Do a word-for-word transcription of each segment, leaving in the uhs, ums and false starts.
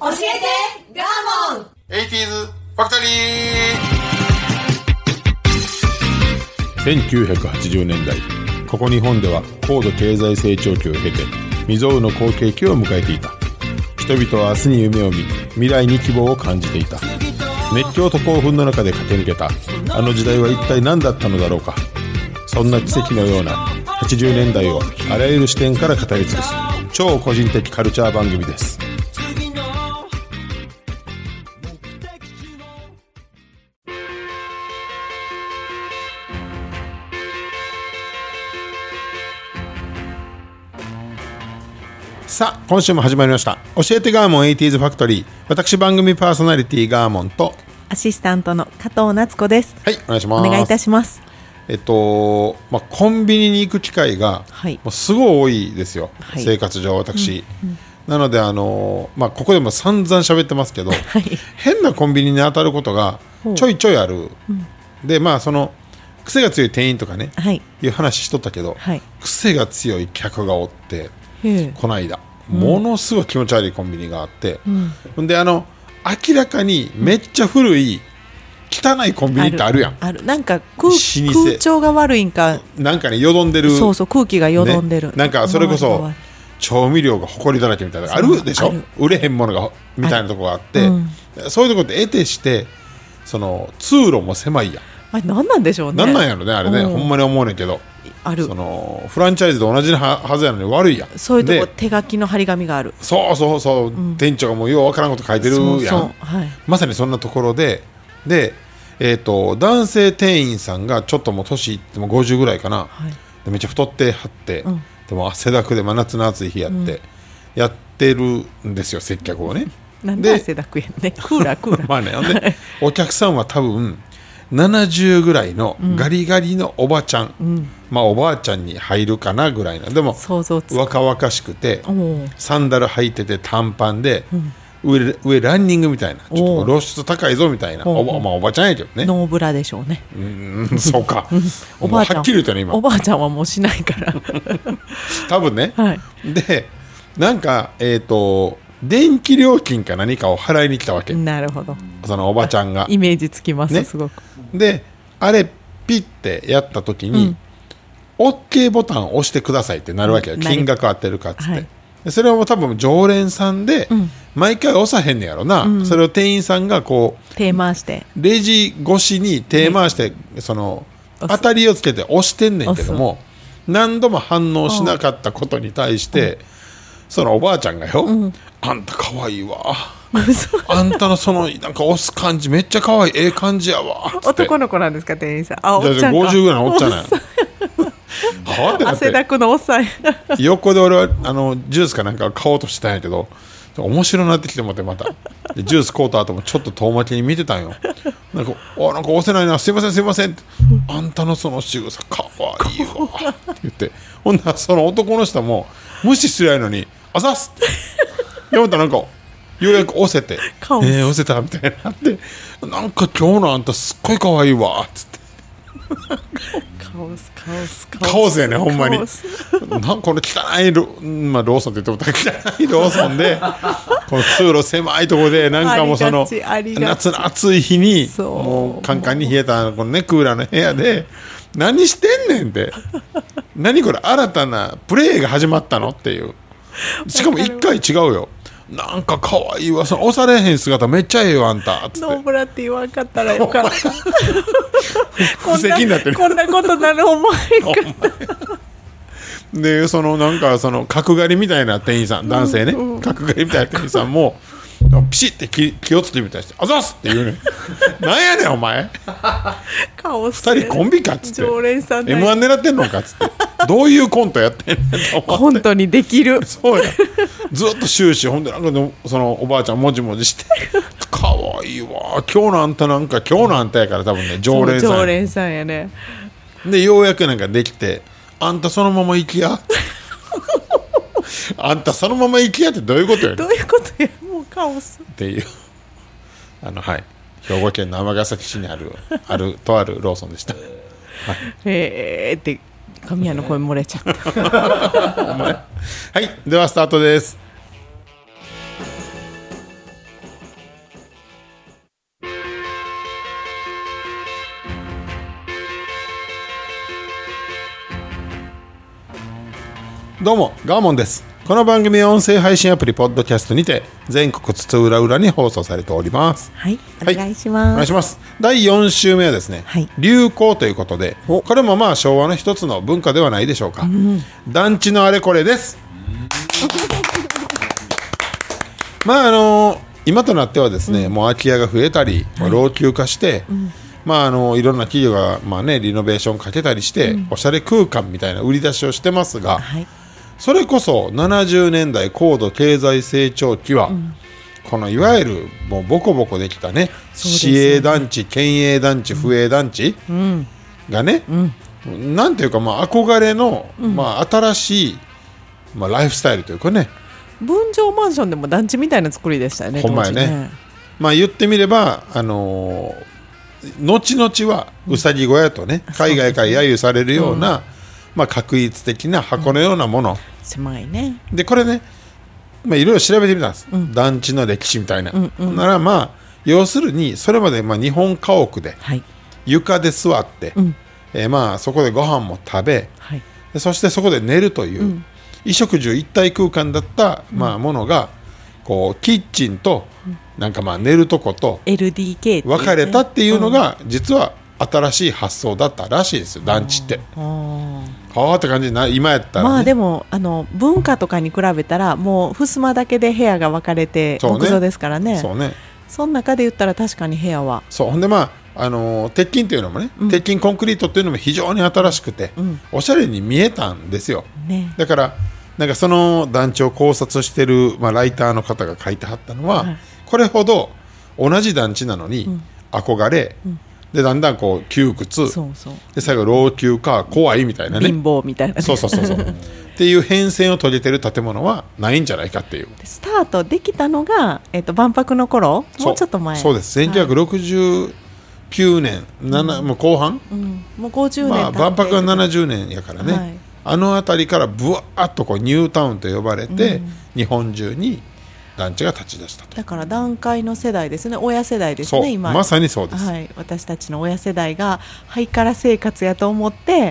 教えてガーモン。 エイティーズファクトリー。せんきゅうひゃくはちじゅうねんだい、ここ日本では高度経済成長期を経て未曾有の好景気を迎えていた。人々は明日に夢を見、未来に希望を感じていた。熱狂と興奮の中で駆け抜けたあの時代は一体何だったのだろうか。そんな奇跡のようなはちじゅうねんだいをあらゆる視点から語り尽くす超個人的カルチャー番組です。さあ今週も始まりました教えてガーモンエイティーズファクトリー。私番組パーソナリティガーモンとアシスタントの加藤夏子です。 はい、お願いします。 お願いいたします。 えっとまあ、コンビニに行く機会が、はい、もうすごい多いですよ、はい、生活上私、うんうん、なのであの、まあ、ここでも散々喋ってますけど、はい、変なコンビニに当たることがちょいちょいある、うん、でまあその癖が強い店員とかね、はい、いう話しとったけど、はい、癖が強い客がおって、この間ものすごい気持ち悪いコンビニがあって、うん、であの明らかにめっちゃ古い汚いコンビニってあるやん。 ある、ある。なんか 空, 空調が悪いんかなんかねよどんでる。 そうそう、空気がよどんでる、 ね、なんかそれこそ調味料がほこりだらけみたいなのあるでしょ。売れへんものがみたいなとこがあって、うん、そういうとこって得てしてその通路も狭いやん。 あれ何なんでしょうね。 何なんやろねあれね、うん、ほんまに思うねんけど、あるそのフランチャイズと同じはずやのに悪いやん。 そういうとこ手書きの張り紙がある。 そうそうそう、うん、店長がもうようわからんこと書いてるやん。そうそう、はい、まさにそんなところでで、えー、と男性店員さんがちょっともう年いってもごじゅうぐらいかな、はい、でめっちゃ太ってはって、うん、でも汗だくで真夏の暑い日やって、うん、やってるんですよ接客をね。 なんで汗だくやんね。クーラークーラーまあね、でお客さんは多分ななじゅうぐらいのガリガリのおばちゃん、うん、まあおばあちゃんに入るかなぐらいの、でも若々しくてサンダル履いてて短パンで、うん、上, 上ランニングみたいなちょっと露出高いぞみたいな お, お,、まあ、おばちゃんやけどね。 ノーブラでしょうね。 うんそうかおばあちゃんはっきり言ったね今。 おばあちゃんはもうしないから多分ね、 はい、 でなんかえっ、ー、と電気料金か何かを払いに来たわけ。 なるほど。 そのおばちゃんがイメージつきます、ね、すごく。 であれピッてやった時に、うん、OK ボタンを押してくださいってなるわけよ、うん、金額合ってるかっつって、はい、でそれはもう多分常連さんで、うん、毎回押さへんねやろな、うん、それを店員さんがこう手回してレジ越しに手回して、はい、その当たりをつけて押してんねんけども何度も反応しなかったことに対して、うん、そのおばあちゃんがよ、うん、あんたかわいいわあんたのそのなんか押す感じめっちゃ可愛いええ感じやわ。 男の子なんですか店員さん。あ、おっちゃんか。 ごじゅうぐらいのおっちゃんなんやはって汗だくのおっさん横で俺はあのジュースかなんか買おうとしてたんやけど面白くなってきてもってまたでジュース買うた後もちょっと遠巻きに見てたんよ。なんかあなんか押せないなすいませんすいませんってあんたのその仕草かわいいわって言ってほんならその男の人も無視すりゃいいのにあざっすってやめたなんかようやく押せてえー、押せたみたいになってなんか今日のあんたすっごい可愛いわっつってカオスカオスカオスやねほんまになんこの汚いロ、まあ、ローソンって言っても汚いローソンでこの通路狭いところでなんかもうその夏の暑い日にもうカンカンに冷えたこの、ね、クーラーの部屋で何してんねんって何これ新たなプレイが始まったのっていうしかも一回違うよなんか可愛いわその押されへん姿めっちゃええよあんたつってノーブラって言わんかったらよかった不石になってるこんなことなる思いかでそのなんかその角刈りみたいな店員さん男性ね、うんうん、角刈りみたいな店員さんもピシッて 気, 気をつけてみたいしてあざっすって言うねなんやねんお前顔ふたりコンビかっつって常連さんエムワン 狙ってんのかっつってどういうコントやってんねんと思ってコントにできるそうやずっと終始ほんでなんかそのおばあちゃんもじもじしてかわいいわ今日のあんたなんか今日のあんたやから多分ね常連さん常連さんやねでようやくなんかできてあんたそのまま行きやあんたそのまま行きやってどういうことやねんどういうことやもうカオスっていうあのはい兵庫県の尼崎市にあるあるとあるローソンでした、はい、 へーって神谷の声漏れちゃったはいではスタートです。 どうもガーモンです。この番組は音声配信アプリポッドキャストにて全国津々浦々に放送されております。 はい、お願いします、はい、 お願いします。だいよん週目はですね、はい、流行ということで、これもまあ昭和の一つの文化ではないでしょうか、うん、団地のあれこれです。まああのー、今となってはですね、うん、もう空き家が増えたり、はい、老朽化して、うん、まああのー、いろんな企業がまあねリノベーションかけたりして、うん、おしゃれ空間みたいな売り出しをしてますが、はい、それこそななじゅうねんだい高度経済成長期は、うん、このいわゆるもうボコボコできたね、市営団地、県営団地、府営団地がね、うん、なんていうかまあ憧れの、うん、まあ新しい、まあ、ライフスタイルというかね、 分譲マンションでも団地みたいな作りでしたよね。 ほんまやね、ね、まあ言ってみればあのー、後々はうさぎ小屋とね、うん、海外から揶揄されるような、うん、まあ、画一的な箱のようなもの、うん、 狭いね。 でこれね、まあ、いろいろ調べてみたんです、うん、団地の歴史みたいな、うんうん、ならまあ要するにそれまでまあ日本家屋で、はい、床で座って、うん、えー、まあそこでご飯も食べ、はい、でそしてそこで寝るという、うん、衣食住一体空間だった、まあ、ものがこうキッチンとなんかまあ寝るとことエルディーケー っていうね、 分かれたっていうのが実は新しい発想だったらしいですよ、団地って。はあって感じな、今やったら、ね、 まあでもあの文化とかに比べたらもう襖だけで部屋が分かれて木造ですからね。 そうね、 その中で言ったら確かに部屋はそう。ほんでまああのー、鉄筋というのもね、うん、鉄筋コンクリートっていうのも非常に新しくて、うん、おしゃれに見えたんですよ、ね、だからなんかその団地を考察してる、まあ、ライターの方が書いてはったのは、はい、これほど同じ団地なのに憧れ、うん、でだんだんこう窮屈、そうそう、で最後老朽化怖いみたいなね、 貧乏みたいな、ね、 そうそうそうそうっていう変遷を遂げてる建物はないんじゃないかっていう。 スタートできたのが、えー、と万博の頃、もうちょっと前。 そうです、せんきゅうひゃくろくじゅうきゅうねん、はい、もう後半、 うん、もうごじゅうねん、まあ、 万博がななじゅうねんやからね、はい、あの辺りからブワーッとこうニュータウンと呼ばれて、うん、日本中に団地が立ち出したと。 だから団塊の世代ですね、親世代ですね、今まさにそうです、 はい、私たちの親世代がハイカラ生活やと思って、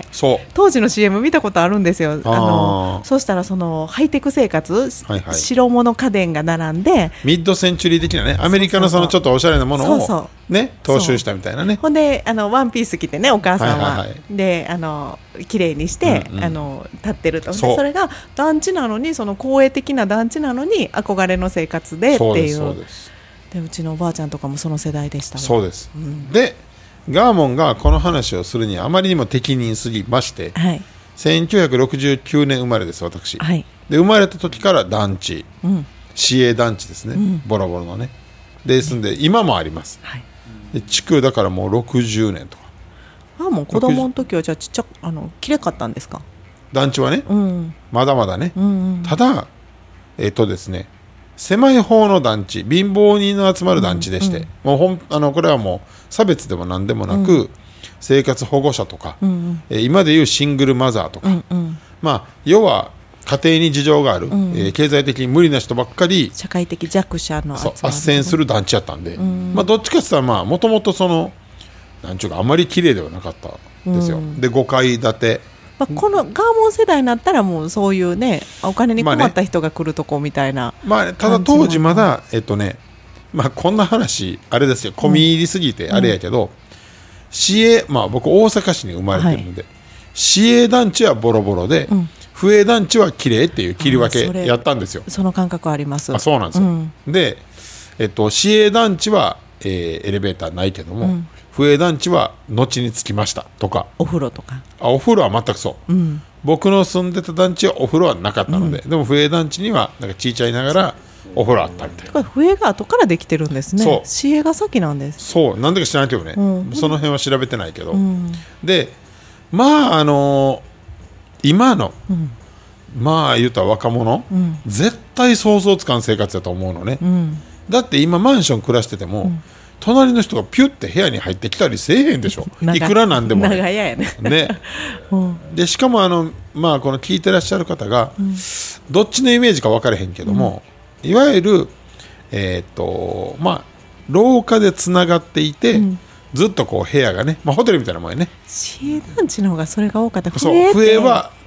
そう当時の シーエム 見たことあるんですよ。あのそうしたらそのハイテク生活、はいはい、白物家電が並んでミッドセンチュリー的なね、アメリカのそのちょっとおしゃれなものをそうそうね、踏襲したみたいなね。 ほんであのワンピース着てね、お母さんは、はいはいはい、であの綺麗にして、うんうん、あの立ってると。そ, それが団地なのに、その公営的な団地なのに憧れの生活でっていう。そうです、でうちのおばあちゃんとかもその世代でした。 そうです、うん、でガーモンがこの話をするにあまりにも適任すぎまして、はい、せんきゅうひゃくろくじゅうきゅうねん生まれです私、はい、で生まれた時から団地、うん、市営団地ですね、うん、ボロボロのねですんで、今もあります、はい、で地区だからもうろくじゅうねんとか。 あ、もう子供の時はじゃあちっちゃあのきれかったんですか、 団地はね、うん、まだまだね、うんうん、ただえっとですね狭い方の団地、貧乏人の集まる団地でして、うんうん、もうほんあのこれはもう差別でも何でもなく、うん、生活保護者とか、うんうん、え今でいうシングルマザーとか、うんうん、まあ要は家庭に事情がある、うん、えー、経済的に無理な人ばっかり社会的弱者のそう斡旋する団地やったんで、うん、まあ、どっちかって言ったらもともとそのなんちゅうかあまり綺麗ではなかったんですよ、うん、でごかい建て、 まあ、このガーモン世代になったらもうそういうね、お金に困った人が来るとこみたいな、 まあね、まあ、ただ当時まだえっとね、まあ、こんな話あれですよ、込み入りすぎてあれやけど、うん、市営、まあ、僕大阪市に生まれてるので、はい、市営団地はボロボロで、うん、府営団地は綺麗っていう切り分けやったんですよ。 そ, その感覚あります。 あ、そうなんですよ、うん、で、えっと、市営団地は、えー、エレベーターないけども、うん、府営団地は後に着きましたとか、 お風呂とか、 あ、お風呂は全くそう、うん、僕の住んでた団地はお風呂はなかったので、うん、でも府営団地にはなんかちいちゃいながらお風呂あったみたいな。 府営が後からできてるんですね。そう、市営が先なんです。 そう、なんでか知らないけどね、うん、その辺は調べてないけど、うん、でまああのー、今の、うん、まあ言うたら若者、うん、絶対想像つかん生活だと思うのね、うん、だって今マンション暮らしてても、うん、隣の人がピュッて部屋に入ってきたりせえへんでしょいくらなんでもね、 長屋やねね、うん、でしかもあの、まあ、この聞いてらっしゃる方が、うん、どっちのイメージか分からへんけども、うん、いわゆる、えーっとまあ、廊下でつながっていて、うん、ずっとこう部屋がね、まあ、ホテルみたいなもんやね。 市営団地の方がそれが多かった。 そう、笛は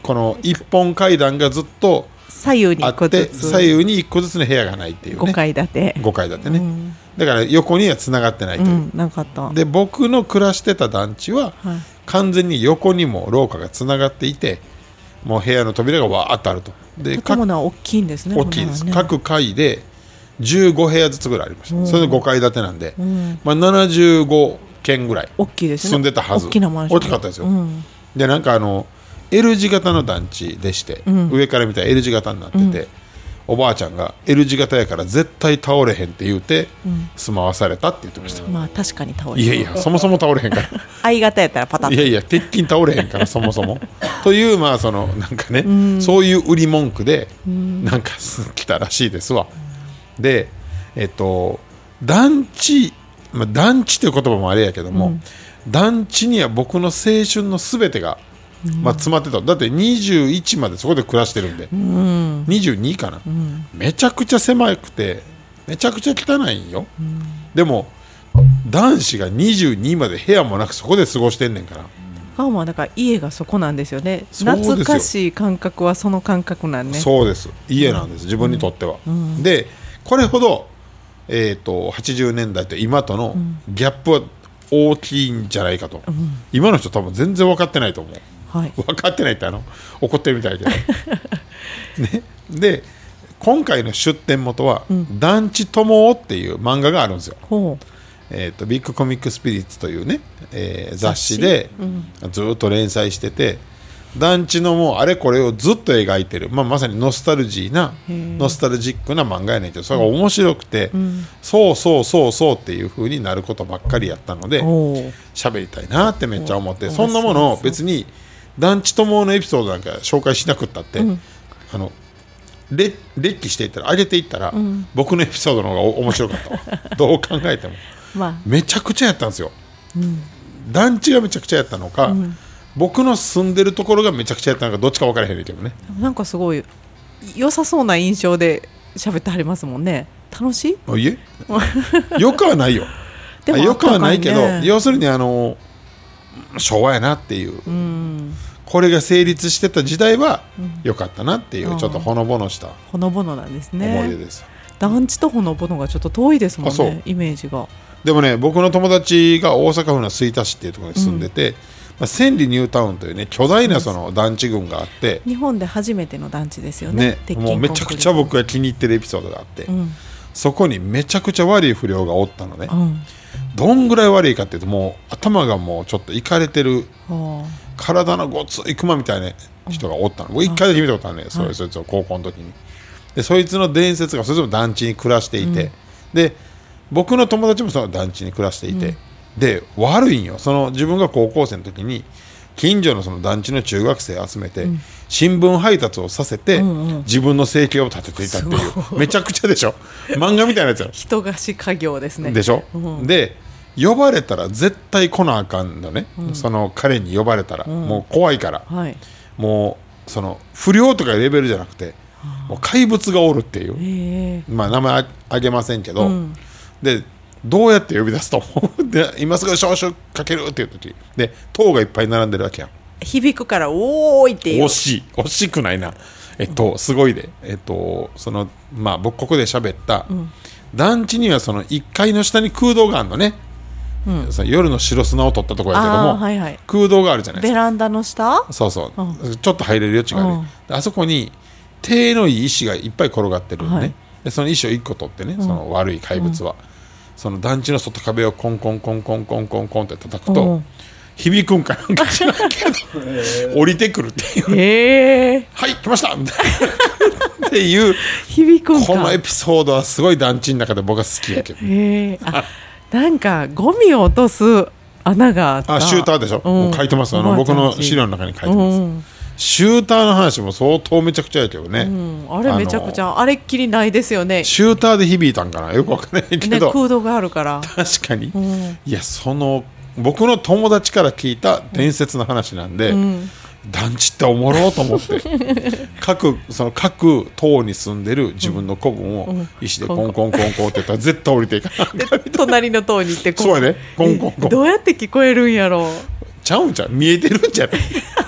この一本階段がずっと左右にいっこずつ、 左右にいっこずつの部屋がないっていうね、 ごかい建てごかい建てね、うん、だから横にはつながってないという、うん、 なかった。 で僕の暮らしてた団地は、はい、完全に横にも廊下がつながっていて、もう部屋の扉がわーっとあると。で建物は大きいんですね。 大きいです、ね、各階でじゅうごへやずつぐらいありました、うん、それでごかい建てなんで、うん、まあ、ななじゅうごけんぐらい住んでたはず。 大きなマンション、 大きかったですよ、うん、でなんかあの L 字型の団地でして、うん、上から見たら L 字型になってて、うん、おばあちゃんが L 字型やから絶対倒れへんって言うて、うん、住まわされたって言ってました、 まあ確かに倒れへん。 いやいやそもそも倒れへんから相型やったらパタッと、 いやいや鉄筋倒れへんからそもそもという、まあそのなんかね、うん、そういう売り文句で、うん、なんか来たらしいですわ、うん、でえっと団地、まあ、団地という言葉もあれやけども、うん、団地には僕の青春のすべてが、まあ、詰まってた。だってにじゅういちまでそこで暮らしてるんで、うん、にじゅうにかな、うん、めちゃくちゃ狭くてめちゃくちゃ汚いんよ、うん、でも男子がにじゅうにまで部屋もなくそこで過ごしてんねんから。 あ、まあだから家がそこなんですよね。懐かしい感覚はその感覚なんね。 そうです、家なんです、自分にとっては、うん、でこれほど、えー、とはちじゅうねんだいと今とのギャップは大きいんじゃないかと、うん、今の人多分全然分かってないと思う、はい、分かってないってあの怒ってるみたいで、ね、で今回の出典元は、うん、団地友っていう漫画があるんですよ。ほう、えー、とビッグコミックスピリッツというね、えー、雑誌で、うん、ずっと連載してて、団地のもうあれこれをずっと描いてる、まあ、まさにノスタルジーなノスタルジックな漫画やねんけど、それが面白くて、うん、そうそうそうそうっていう風になることばっかりやったので喋りたいなってめっちゃ思って、そんなものを別に団地友のエピソードなんか紹介しなくったって、うん、あの列記していったら上げていったら、うん、僕のエピソードの方が面白かったわどう考えても、まあ、めちゃくちゃやったんですよ、うん、団地がめちゃくちゃやったのか、うん、僕の住んでるところがめちゃくちゃやったのかどっちか分からへんけどね。 なんかすごい良さそうな印象で喋ってはりますもんね。楽しい？ いえよくはないよでもよくはないけど、ね、要するにあの昭和やなっていう、うん、これが成立してた時代は良かったなっていう、うん、ちょっとほのぼのしたほのぼのなんですね。 思い出です。 団地とほのぼのがちょっと遠いですもんね、イメージが。 でもね、僕の友達が大阪府の吹田市っていうところに住んでて、うん、まあ、千里ニュータウンというね巨大なその団地群があって、 日本で初めての団地ですよね。 ね、もうめちゃくちゃ僕が気に入ってるエピソードがあって、うん、そこにめちゃくちゃ悪い不良がおったのね、うん、どんぐらい悪いかっていうと、もう頭がもうちょっといかれてる、体のごついクマみたいな人がおったの。僕一回だけ見たことあるね、それそいつを高校の時に。でそいつの伝説がそれぞれ団地に暮らしていて、うん、で僕の友達もその団地に暮らしていて、うん、で悪いんよ。その自分が高校生の時に近所のその団地の中学生集めて、うん、新聞配達をさせて、うんうん、自分の生計を立てていたっていうめちゃくちゃでしょ漫画みたいなやつやろ。 人貸し家業ですね。 でしょ、うん、で呼ばれたら絶対来なあかんのね、うん、その彼に呼ばれたら、うん、もう怖いから、はい、もうその不良とかいうレベルじゃなくて、もう怪物がおるっていう、まあ、名前あげませんけど、うん、でどうやって呼び出すと思うで今すぐ招集かけるっていう時で塔がいっぱい並んでるわけやん。 響くからおーいっていう。 惜しい惜しくないな。えっとすごいで、えっとそのまあ僕ここで喋った、うん、団地にはそのいっかいの下に空洞があるのね、うん、その夜の白砂を取ったところやけども、はいはい、空洞があるじゃないですか。 ベランダの下、 そうそう、うん、ちょっと入れる余地がある、うん、あそこに手のいい石がいっぱい転がってるのね、はい、でその石をいっこ取ってね、その悪い怪物は、うん、その団地の外壁をコンコンコンコンコンコンコンって叩くと、うん、響くんかなんか知らんけど降りてくるっていう、えー、はい来ましたみたいなっていう響くんか。 このエピソードはすごい団地の中で僕は好きやけど、 えー、あなんかゴミを落とす穴があった。 あシューターでしょ、うん、もう書いてます。あの僕の資料の中に書いてます、うん、シューターの話も相当めちゃくちゃやけどね、うん、あれめちゃくちゃあれっきりないですよね。シューターで響いたんかなよくわからないけど、ね、 空洞があるから確かに、うん、いやその僕の友達から聞いた伝説の話なんで、うん、団地っておもろうと思って各その各棟に住んでる自分の子分を石でコンコンコンコンって言ったら絶対降りていかない隣の棟に行ってそうやねコンコンコン。 どうやって聞こえるんやろう。 ちゃうんちゃう見えてるんじゃない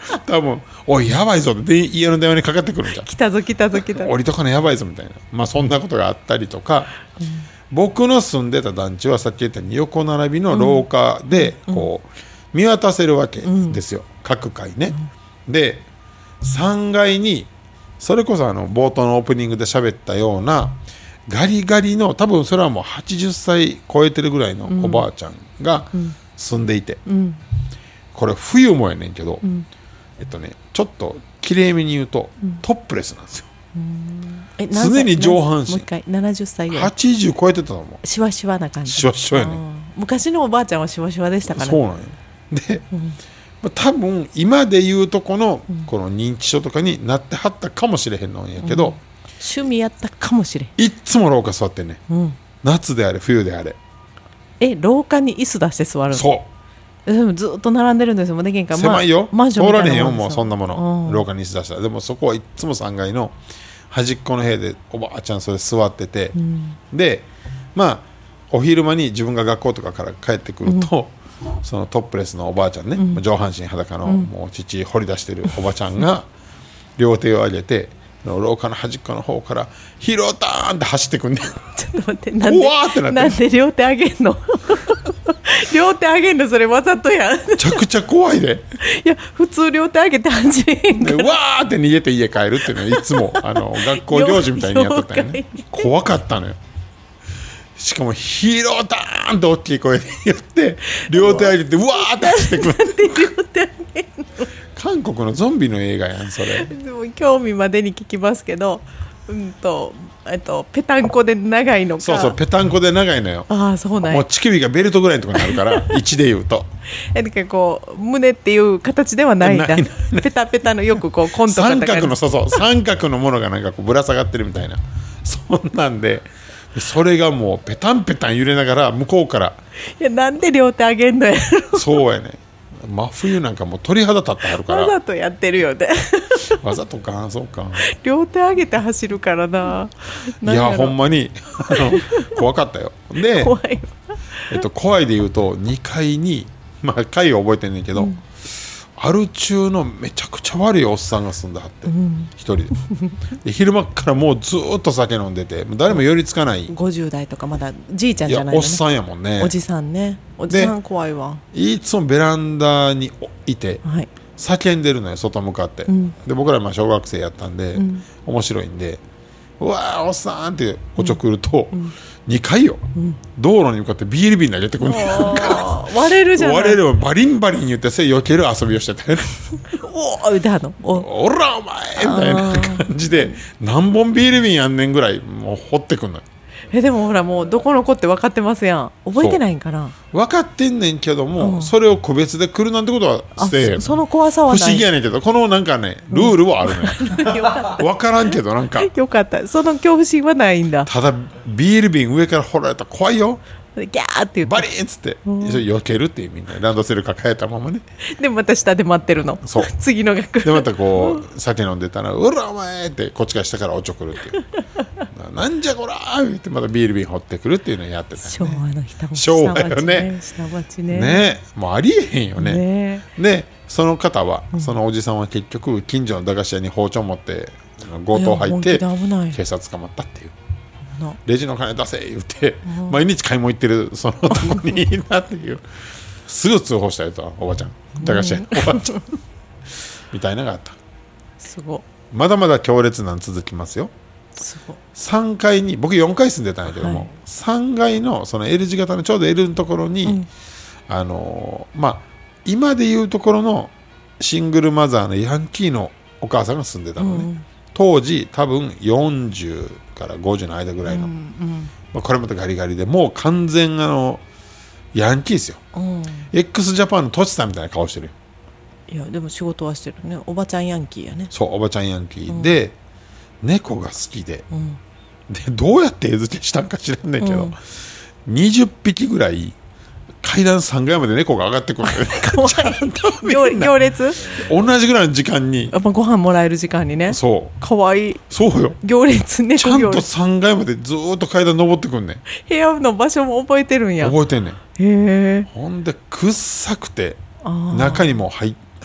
多分おいやばいぞって家の電話にかかってくるんじゃん。 来たぞ来たぞ来たぞ、 降りとかねやばいぞみたいな、まあそんなことがあったりとか、うん、僕の住んでた団地はさっき言ったように横並びの廊下でこう見渡せるわけですよ、うん、各階ね、うん、でさんがいにそれこそあの冒頭のオープニングで喋ったようなガリガリの多分それはもうはちじゅっさい超えてるぐらいのおばあちゃんが住んでいて、うんうん、これ冬もやねんけど、うん、えっとねちょっときれいめに言うと、うん、トップレスなんですよ。え常に上半身もう一回ななじゅっさいぐらいはちじゅう超えてたと思う。 シワシワな感じ。 シワシワやねん。 昔のおばあちゃんはシワシワでしたから、ね、 そうなんやで、うん多分今でいうとこの、うん、この認知症とかになってはったかもしれへんのんやけど、うん、 趣味やったかもしれん。 いっつも廊下座ってんね、うん、夏であれ冬であれ。 え廊下に椅子出して座るの？ そうでもずっと並んでるんですよ。もうできんか狭いよ、 マンションみたいな通られへんよもうそんなもの、 うん、 廊下に椅子出したら。でもそこはいっつもさんがいの端っこの部屋でおばあちゃんそれ座ってて、うん、でまあお昼間に自分が学校とかから帰ってくると、うんそのトップレスのおばあちゃんね、うん、上半身裸の、うん、もう父掘り出してるおばちゃんが両手を上げて廊下の端っこの方からヒロターンって走ってくんねん。ちょっと待ってなんで怖ーってなってなんで両手上げんの両手上げんのそれわざとやん。 めちゃくちゃ怖いで。 いや普通両手上げて走れんからでわーって逃げて家帰るっていうのはいつもあの学校行事みたいにやってたよね。怖かったのよ。しかもヒロターンって大きい声で言って両手上げてうわーって走ってくる。 なんで両手上げんの？ 韓国のゾンビの映画やんそれ。 でも興味までに聞きますけど、うんとえっとペタンコで長いのか。 そうそうペタンコで長いのよ。 ああそうなんや。 もう乳首がベルトぐらいのところにあるから位置で言うとえなんかこう胸っていう形ではないんだ。ないペタペタのよくこうコント三角のそうそう三角のものがなんかこうぶら下がってるみたいなそんなんで。それがもうペタンペタン揺れながら向こうからいやなんで両手上げんのやろ。 そうやね真冬なんかもう鳥肌立ってはるからわざとやってるよねわざとかそうか両手上げて走るからな。 いやほんまにあの怖かったよ。で怖い、 えっと、怖いで言うとにかいにまあ階は覚えてんねんけど、うんアル中のめちゃくちゃ悪いおっさんが住んではって、うん、一人でで昼間からもうずっと酒飲んでて誰も寄りつかない。 ごじゅう代とかまだじいちゃんじゃないのね。 いやおっさんやもんね。 おじさんね。おじさん怖いわ。 いつもベランダにいて、はい、叫んでるのよ外向かって、うん、で僕らまあ小学生やったんで、うん、面白いんでうわーおっさんっておちょくると、うんうんにかいよ、うん、道路に向かってビール瓶投げてくるんだよ。 割れるじゃない。 割れるバリンバリン言ってそれ避ける遊びをしてたよね。 おお歌うの お, おらお前みたいな感じで何本ビール瓶やんねんぐらいもう掘ってくんのよ。 えでもほらもうどこの子って分かってますやん。覚えてないんかな。 分かってんねんけども、うん、それを個別で来るなんてことはしてそ, その怖さはない。 不思議やねんけどこのなんかねルールはあるのよ、うん、分からんけどなんかよかったその恐怖心はないんだ。 ただビール瓶上から掘られたら怖いよ。 ギャーって言ってバリーンっつって、うん、避けるっていうみんなランドセル抱えたままね。 でまた下で待ってるの。そう次のが来る。 でまたこう酒飲んでたらうらお前ってこっちから下からおちょくるっていうなんじゃこらーってまたビール瓶掘ってくるっていうのをやってた、ね、 昭和の人も昭和よね下町ねねもうありえへんよね。ねでその方は、うん、そのおじさんは結局近所の駄菓子屋に包丁持って強盗入って警察捕まったっていう。レジの金出せ言って毎日買い物行ってるそのとこにいたっていうすぐ通報したよとおばちゃん駄菓子屋のおばちゃんみたいなのがあった。 すごまだまだ強烈なの続きますよ。 すごさんがいに僕よんかい住んでたんだけども、はい、さんがいのその L 字型のちょうど L のところに、うん、あのまあ今でいうところのシングルマザーのヤンキーのお母さんが住んでたのね、うん、当時多分よんじゅうからごじゅうの間ぐらいの、うんうんまあ、これまたガリガリでもう完全あのヤンキーですよ、うん、x ジャパンのトチさんみたいな顔してるよ。 いやでも仕事はしてるね。おばちゃんヤンキーやね。 そうおばちゃんヤンキー、うん、で猫が好きで、うん、でどうやって餌付けしたんか知らんねんけど、うん、にじゅっぴきぐらい階段さんがいまで猫が上がってくるんだよね。ちゃんと行列同じぐらいの時間にやっぱご飯もらえる時間にね。 そうかわいい。 そうよ行列猫ちゃんとさんがいまでずーっと階段登ってくんねん。 部屋の場所も覚えてるんや。 覚えてんねん。 へえ。 ほんでくっさくて中にも入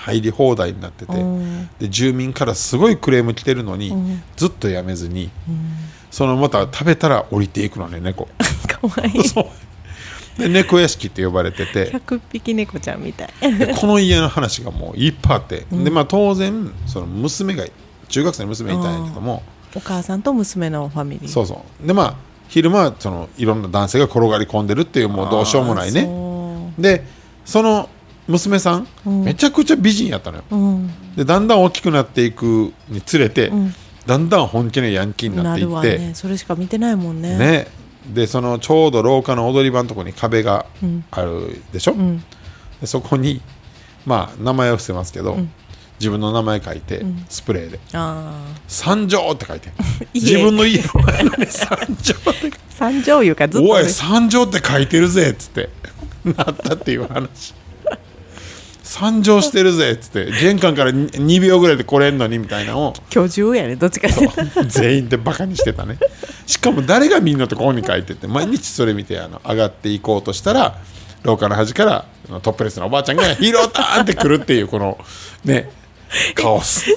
入り放題になってて、で住民からすごいクレーム来てるのに、ずっとやめずに、そのまた食べたら降りていくのね、猫。 かわいい。 そうで猫屋敷って呼ばれてて、 ひゃくぴき猫ちゃんみたい。 でこの家の話がもういっぱいあって、でまあ当然その娘が中学生の娘いたんやけども、 お母さんと娘のファミリー。 そうそうでまあ昼間はそのいろんな男性が転がり込んでるっていう、もうどうしようもないね。でその娘さん、うん、めちゃくちゃ美人やったのよ、うん、でだんだん大きくなっていくにつれて、うん、だんだん本気のヤンキーになっていって、なるわね、 それしか見てないもんね。 ねでそのちょうど廊下の踊り場のところに壁があるでしょ、うん、でそこにまあ名前を伏せますけど、うん、自分の名前書いて、うん、スプレーで三条って書いて自分の家の前に三条って三条いうかずっと、ね、 おい三条って書いてるぜっつってなったっていう話。参上してるぜっつって玄関からにびょうぐらいで来れんのにみたいなのを居住やね、どっちかって全員でバカにしてたね。しかも誰がみんなとここに書いてて、毎日それ見てあの上がっていこうとしたら廊下の端からトップレスのおばあちゃんがヒーローターンって来るっていうこのねカオス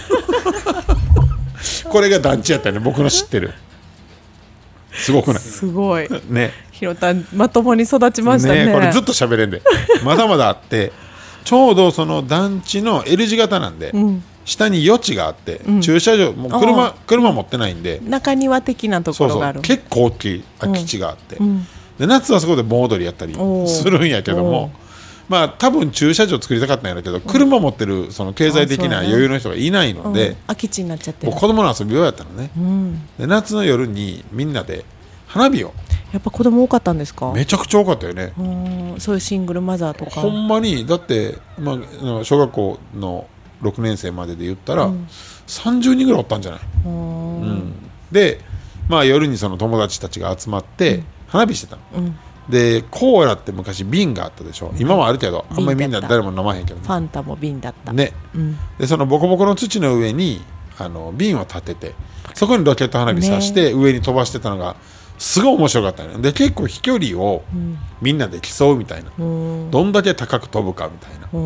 これが団地やったよね、僕の知ってる。すごくない？ すごいね。 ひろたんまともに育ちました ね, ねこれずっと喋れんでまだまだあってちょうどその団地の L 字型なんで、うん、下に余地があって、うん、駐車場もう 車, 車持ってないんで中庭的なところがある。 そうそう結構大きい空き地があって、うん、で夏はそこで盆踊りやったりするんやけども、まあ多分駐車場作りたかったんやけど、車持ってるその経済的な余裕の人がいないので、 空き地になっちゃってる。 子供の遊び用やったのね、うん、で夏の夜にみんなで花火を。 やっぱ子供多かったんですか？ めちゃくちゃ多かったよね。 そういうシングルマザーとかほんまにだって、まあ、小学校のろくねん生までで言ったら、うん、さんじゅうにんぐらいおったんじゃない、うんうん、で、まあ、夜にその友達たちが集まって花火してたの、うん、でコーラって昔瓶があったでしょ、うん、今はあるけどあんまりみんな誰も飲まへんけど、ね、 ファンタも瓶だったね、うん、でそのボコボコの土の上にあの瓶を立ててそこにロケット花火さして、ね、上に飛ばしてたのがすごい面白かったね。で結構飛距離をみんなで競うみたいな、うん、どんだけ高く飛ぶかみたいな、うん、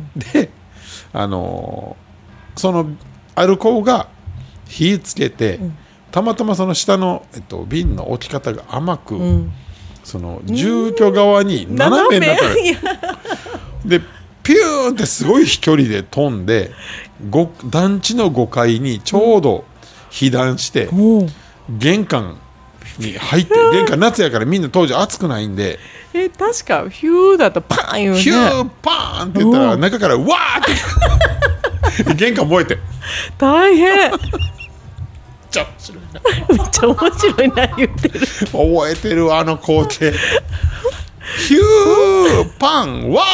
であのー、そのある子が火つけて、うん、たまたまその下の、えっと、瓶の置き方が甘く、うん、その住居側に斜めになったのでピューンってすごい飛距離で飛んで団地のごかいにちょうど被弾して、うん、玄関に入って玄関夏やからみんな当時暑くないんでえ確かヒューだとパーン言うねヒューパーンって言ったら中からワーって玄関燃えて大変めっちゃ面白いなめっちゃ面白いな言ってる覚えてるあの光景ヒューパンワ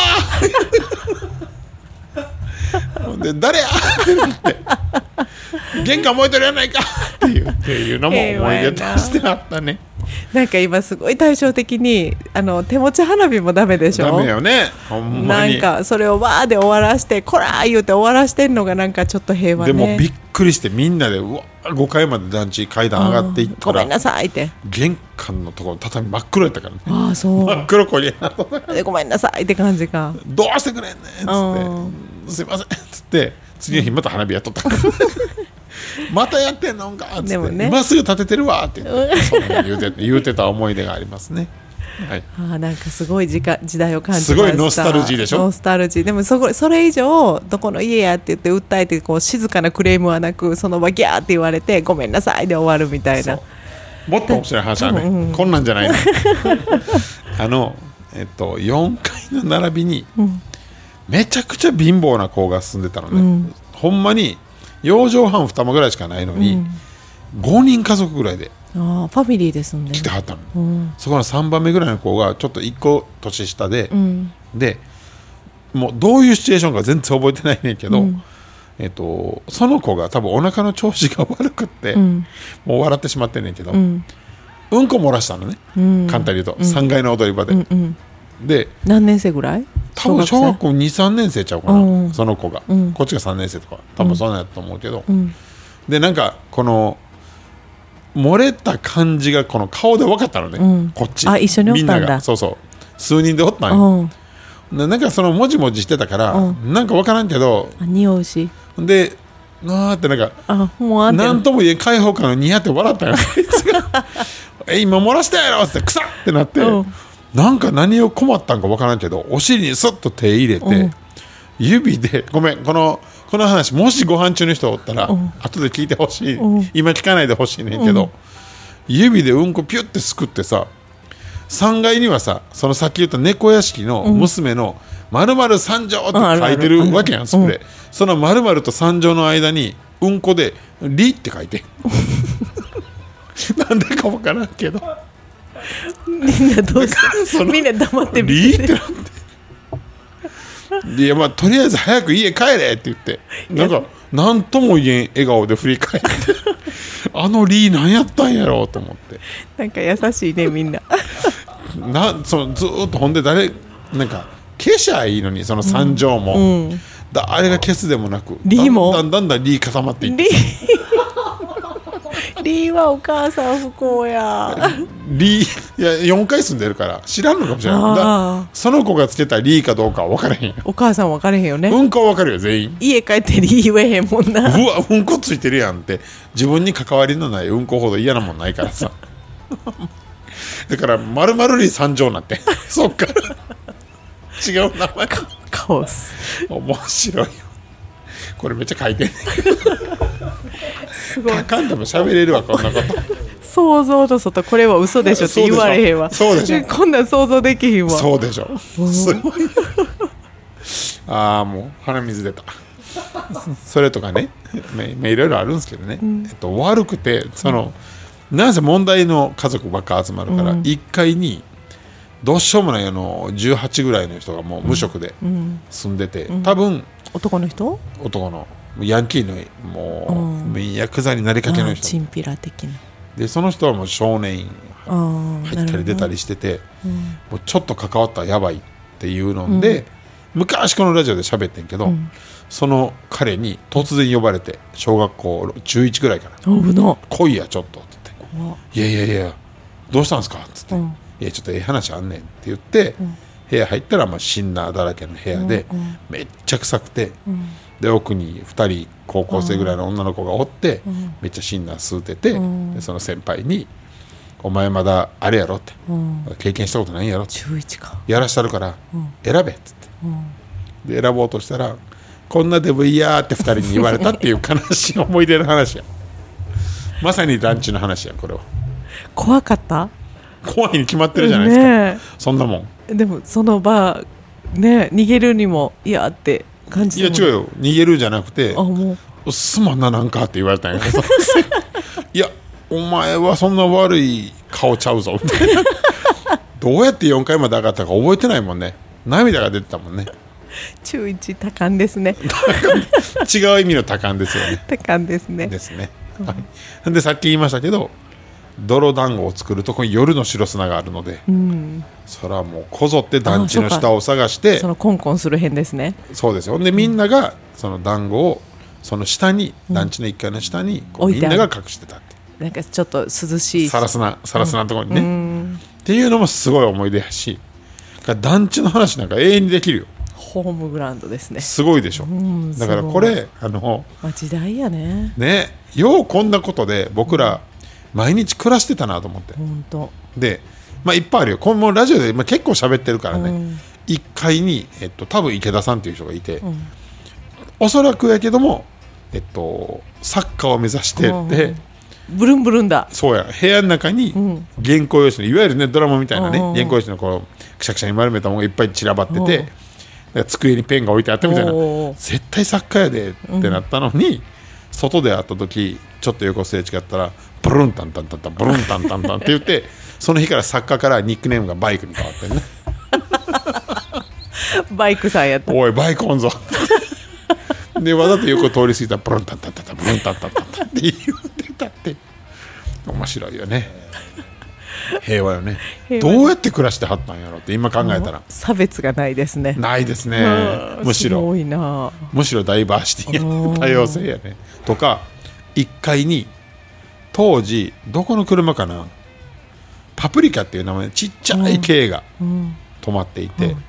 ーで誰やって玄関燃えてるやないかっていう、っていうのも思い出としてあったね。 なんか今すごい対照的にあの手持ち花火もダメでしょ。 ダメよねほんまに。 なんかそれをわーで終わらしてこらー言うて終わらしてんのがなんかちょっと平和ね。 でもびっくりしてみんなでうわごかいまで団地階段上がっていったら、うん、 ごめんなさいって玄関のところ畳真っ黒やったからね。 ああそう真っ黒こげなでごめんなさいって感じか。 どうしてくれんねんっつってすいませんっつって次の日また花火やっとったまたやってんのかっつって、ね、今すぐ建ててるわって言ってそんな言うて、言うてた思い出がありますね。はい、 あなんかすごい時間時代を感じました。 すごいノスタルジーでしょ。 ノスタルジーでも そ, それ以上どこの家やって言って訴えてこう静かなクレームはなくその場ギャーって言われてごめんなさいで終わるみたいな。 もっと面白い話はね、うん、こんなんじゃないのあの、えっと、よんかいの並びに、うん、めちゃくちゃ貧乏な子が住んでたのね、うん、ほんまによじょうはんに玉ぐらいしかないのに、うん、ごにん家族ぐらいであファミリーですんで来てはったの、うん、そこのさんばんめぐらいの子がちょっといっこ年下で、うん、でもうどういうシチュエーションか全然覚えてないねんけど、うんえっと、その子が多分お腹の調子が悪くって、うん、もう笑ってしまってんねんけど、うん、うんこ漏らしたのね、うん、簡単に言うと、うん、さんがいの踊り場で、うんうん、で何年生ぐらい？ 多分小学校に、さんねん生ちゃうかな、うん、その子が、うん、こっちがさんねん生とか多分そうなんやと思うけど、うん、でなんかこの漏れた感じがこの顔で分かったのね、うん、こっちあ一緒におったんだ。 みんながそうそう数人でおったんよ、うん、 なんかそのもじもじしてたから、うん、なんか分からんけど匂うしでなーってなんかあもうあんなんとも言えん開放感の似合って笑ったよえ今漏らしたやろってクサッってなって、うん、なんか何を困ったんか分からんけどお尻にスッと手入れて、うん、指でごめんこのこの話もしご飯中の人おったら、うん、後で聞いてほしい、うん、今聞かないでほしいねんけど、うん、指でうんこピュッてすくってささんがいにはさそのさっき言った猫屋敷の娘の〇〇三条って書いてるわけやんスプレー、うん、その〇〇と三条の間にうんこでリって書いてなんでか分からんけどみんなどうしてみんな黙って見てリってなっていやまあとりあえず早く家帰れって言ってなんか何とも言えん笑顔で振り返ってあのリー何やったんやろうと思ってなんか優しいねみんななそのずーっとほんで誰なんか消しゃいいのにその三条も、うんうん、だあれが消すでもなくリーもだんだんだんだんリー固まっていってリーリーはお母さん不幸やリーいやよんかい住んでるから知らんのかもしれないだその子がつけたリーかどうかは分からへんよお母さん分からへんよねうんこは分かるよ全員家帰ってリー言えへんもんなうわうんこついてるやんって自分に関わりのないうんこほど嫌なもんないからさだから丸々リー三条なってそっから違う名前カオス面白いよこれめっちゃ書いてんねんすごい書かんでも喋れるわこんなこと想像の外これは嘘でしょって言われへんわそうでしょこんなん想像できひんわそうでしょすごいああもう鼻水出たそれとかねいろいろあるんですけどね、うんえっと、悪くてその、うん、なぜ問題の家族ばっか集まるから、うん、いっかいにどうしようもないあのじゅうはちぐらいの人がもう無職で住んでて、うん、多分男の人男のヤンキーのもう、うん、ヤクザになりかけの人チンピラ的なでその人はもう少年院入ったり出たりしてて、うん、もうちょっと関わったらやばいっていうので、うん、昔このラジオで喋ってんけど、うん、その彼に突然呼ばれて小学校中いちぐらいから来いやちょっとって言っていやいやいやどうしたんですかって言って、うんいやちょっとええ話あんねんって言って、うん、部屋入ったらまあシンナーだらけの部屋で、うんうん、めっちゃ臭くて、うん、で奥にふたり高校生ぐらいの女の子がおって、うん、めっちゃシンナー吸うてて、うん、でその先輩にお前まだあれやろって、うん、経験したことないんやろって中いちかやらしたるから、うん、選べっつって、うん、で選ぼうとしたらこんなでもいいやってふたりに言われたっていう悲しい思い出の話やまさに団地の話やこれは怖かった怖いに決まってるじゃないですか、ね、そんなもんでもその場ね逃げるにもいやって感じいや違うよ逃げるじゃなくてあもうすまんななんかって言われたんやけどいやお前はそんな悪い顔ちゃうぞみたいなどうやってよんかいまで上がったか覚えてないもんね涙が出てたもんね中いち多感ですね違う意味の多感ですよね多感ですねですね、うんはい、でさっき言いましたけど泥団子を作るとこに夜の白砂があるので、うん、それはもうこぞって団地の下を探してそのコンコンする辺ですねそうですよでみんながその団子をその下に、うん、団地のいっかいの下にこうみんなが隠してたってなんかちょっと涼しいサラスナサラスナのところにね、うん、っていうのもすごい思い出やし団地の話なんか永遠にできるよホームグラウンドですねすごいでしょ、うん、だからこれあの、 まあ、時代やねねようこんなことで僕ら、うん毎日暮らしてたなと思って本当で、まあ、いっぱいあるよこのラジオで、まあ、結構喋ってるからね、うん、いっかいに、えっと、多分池田さんという人がいて、うん、おそらくやけども、えっと、サッカーを目指してって、 うん、ブルンブルンだそうや部屋の中に原稿用紙いわゆるねドラマみたいなね原稿用紙のこうくしゃくしゃに丸めたものがいっぱい散らばってて机にペンが置いてあってみたいな絶対サッカーやでってなったのに、うん、外で会った時ちょっと横すれ違ったらブルンタンタンタンタンブルンタンタンタンって言ってその日から作家からニックネームがバイクに変わってるねバイクさんやったおいバイクおんぞでわざと横通り過ぎたらブルンタンタンタンタンブルンタンタンタンタンって言ってたって面白いよね平和よねどうやって暮らしてはったんやろって今考えたら差別がないですねないですねむしろすごいなむしろダイバーシティや多様性やねとかいっかいに当時どこの車かなパプリカっていう名前ちっちゃい軽が止まっていて、うんうん、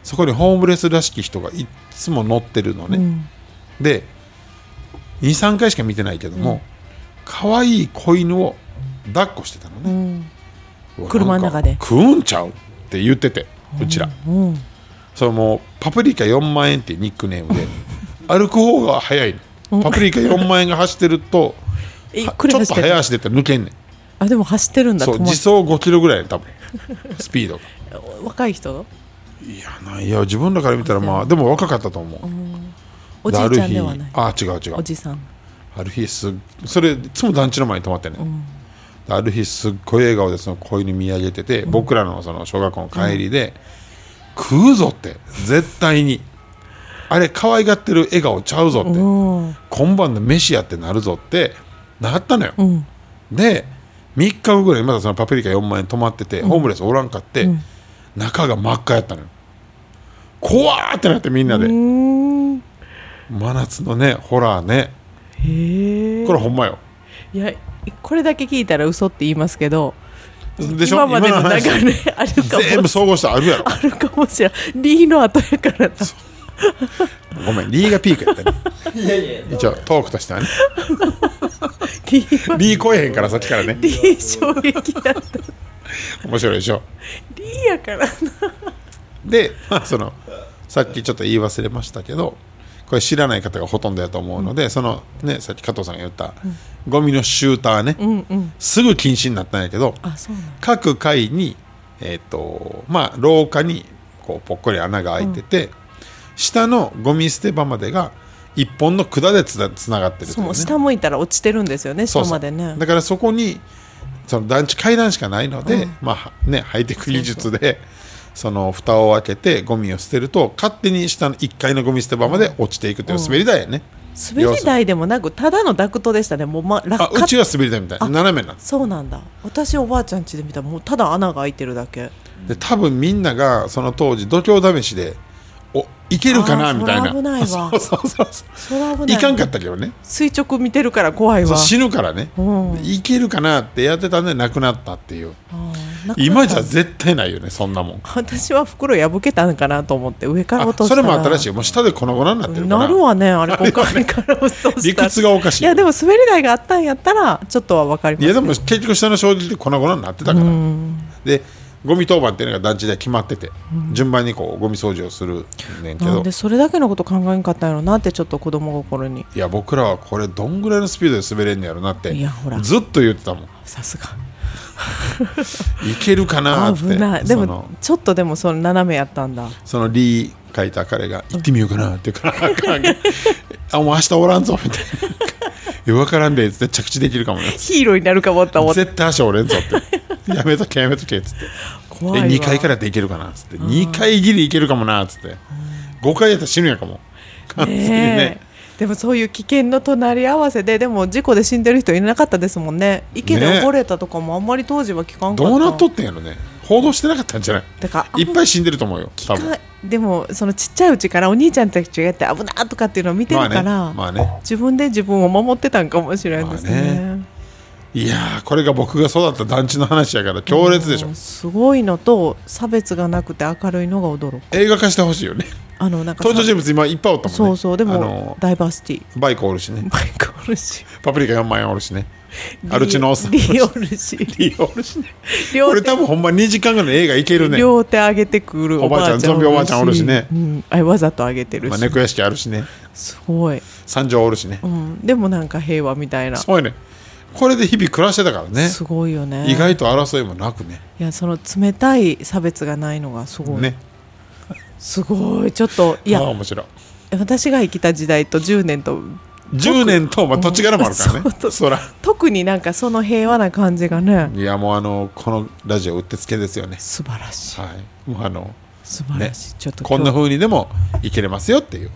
そこにホームレスらしき人がいつも乗ってるのね、うん、で にさんかいしか見てないけども、うん、可愛い子犬を抱っこしてたのね、 うん、車の中で食うんちゃうって言ってて、うちら、うんうん、それもうパプリカよんまんえんっていうニックネームで歩く方が早いの、パプリカよんまんえんが走ってるとちょっと早足出たら抜けんねん。 あ、でも走ってるんだ。 そう、時速ごキロぐらい多分スピードが若い人？ いやないや、自分らから見たらまあでも若かったと思う、うん、 おじいちゃんではない。 あ、違う違う、 おじさん。 ある日すそれいつも団地の前に泊まってね、うん、ある日すっごい笑顔でその子犬見上げてて、うん、僕らのその小学校の帰りで、うん、食うぞって絶対にあれ可愛がってる笑顔ちゃうぞって、うん、今晩の飯やってなるぞってなったのよ、うん、でみっかごぐらいまだそのパプリカよんまんえん泊まってて、うん、ホームレスおらんかって、うん、中が真っ赤やったのよ。怖ーってなってみんなで、真夏のねホラーね。へー、これほんまよ。いや、 これだけ聞いたら嘘って言いますけど、 でしょ、 今までの流れあるかも。 全部総合してあるやろ。 あるかもしれん。リーの後やからな。 ごめん、リーがピークやったね。いやいや、一応トークとしてはね。リー, リー超えへんからさっきからね。 リー衝撃だった。 面白いでしょ。 リーやからな。 で、まあ、そのさっきちょっと言い忘れましたけど、これ知らない方がほとんどだと思うので、うん、そのね、さっき加藤さんが言った、うん、ゴミのシューターね、うんうん、すぐ禁止になったんやけど、 あ、そうなんだ。 各階に、えーとまあ、廊下にこうぽっこり穴が開いてて、うん、下のゴミ捨て場までが一本の管でつ な, つながってるという、ね、 そう、下向いたら落ちてるんですよね、下までね。 そうそう、だからそこにその団地階段しかないので、うん、まあね、ハイテク技術でそうそう、その蓋を開けてゴミを捨てると勝手に下のいっかいのゴミ捨て場まで落ちていくという滑り台やね、 うん、滑り台でもなくただのダクトでしたね。もう、ま、落下。 あ、うちは滑り台みたいな斜めな。 そうなんだ。私おばあちゃん家で見たらもうただ穴が開いてるだけで、多分みんながその当時度胸試しでおいけるかなみたいな。 それ危ないわ。 そうそうそう、それ危ない。いかんかったけどね、 垂直見てるから怖いわ。 死ぬからね、うん、いけるかなってやってたんで亡くなったっていう。今じゃ絶対ないよね、そんなもん。 私は袋破けたんかなと思って上から落としたら。 それも新しい。もう下で粉々になってるから。 なるわね、あれお金から落とした理屈がおかしい。 いやでも滑り台があったんやったらちょっとは分かります。 いやでも結局下の衝撃で粉々になってたから。でゴミ当番っていうのが団地で決まってて、うん、順番にこうゴミ掃除をするねんけど、 なんでそれだけのこと考えんかったんやろなって、ちょっと子供心に。 いや僕らはこれどんぐらいのスピードで滑れんのやろなってずっと言ってたもん。 さすがいけるかなって。 危ない。でもちょっとでもその斜めやったんだ。 そのリー書いた彼が行ってみようかなって言うからあ、もう明日おらんぞみたいな分からんでって着地できるかもね。 ヒーローになるかもって思って、 絶対足折れんぞってやめとけやめとけっつって、 怖いわ。 にかいからっていけるかなっつって、にかいギリいけるかもなっつって、ごかいやったら死ぬやかも完全にね。 でもそういう危険の隣り合わせで、でも事故で死んでる人いなかったですもんね。池で溺れたとかもあんまり当時は聞かんかった。 どうなっとってんやろね。報道してなかったんじゃない。だからいっぱい死んでると思うよ多分。 でもそのちっちゃいうちからお兄ちゃんたちがやって危なとかっていうのを見てるから、まあねまあね、自分で自分を守ってたんかもしれないですね。まあね、 いやー、これが僕が育った団地の話やから強烈でしょ。 すごいのと差別がなくて明るいのが驚く。 映画化してほしいよね。 あのなんか登場人物今いっぱいおったもんね。 そうそう、でもダイバーシティ。 バイクおるしね。 バイクおるし。 パプリカよんまんえんおるしね。アルチのおっさんリおるし。 リおるしね。これ多分ほんまにじかんぐらいの映画いけるね。 両手上げてくるおばあちゃん、ゾンビおばあちゃんおるしね。 うん、あれわざと上げてるし。 まあ、猫屋敷あるしね。 すごい。 三条おるしね。 うん、でもなんか平和みたいな。 そうよね。これで日々暮らしてたからね。 すごいよね。 意外と争いもなくね。 いや、その冷たい差別がないのがすごいね。すごい。ちょっといや、 面白い。 私が生きた時代とじゅうねんとじゅうねんと、まあ、土地柄もあるからね。そうそら特になんかその平和な感じがね。 いやもうあのこのラジオうってつけですよね。 素晴らしい。 はい、もうあの素晴らしい、ね、ちょっとこんな風にでもいけれますよっていう、はい、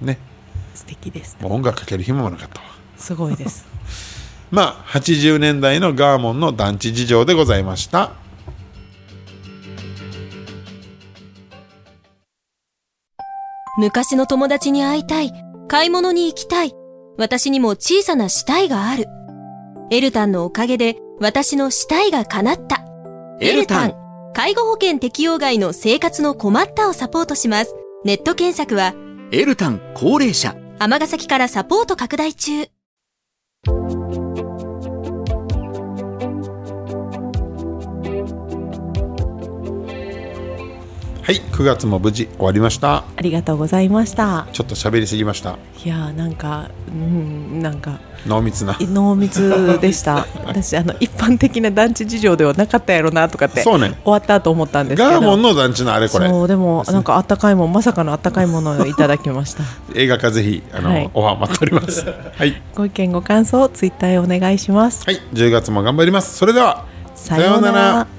ね。 素敵です、 ね。もう音楽かける暇もなかったわ。 すごいです。 まあはちじゅうねんだいのガーモンの団地事情でございました。 昔の友達に会いたい、買い物に行きたい、私にも小さなしたいがある。エルタンのおかげで私のしたいが叶った。エルタン介護保険適用外の生活の困ったをサポートします。ネット検索はエルタン高齢者。 尼崎からサポート拡大中。 はい、くがつも無事終わりました。 ありがとうございました。 ちょっと喋りすぎました。 いやーなんか、うん、なんか濃密な濃密でした私あの一般的な団地事情ではなかったやろなとかってそう、ね、終わったと思ったんですけど、 ガーモンの団地のあれこれそうでもなんかあったかいもんまさかのあったかいものをいただきました映画化ぜひあの、はい、オファー待っておりますはい、 ご意見ご感想ツイッターへお願いします。 はい、じゅうがつも頑張ります。それではさようなら。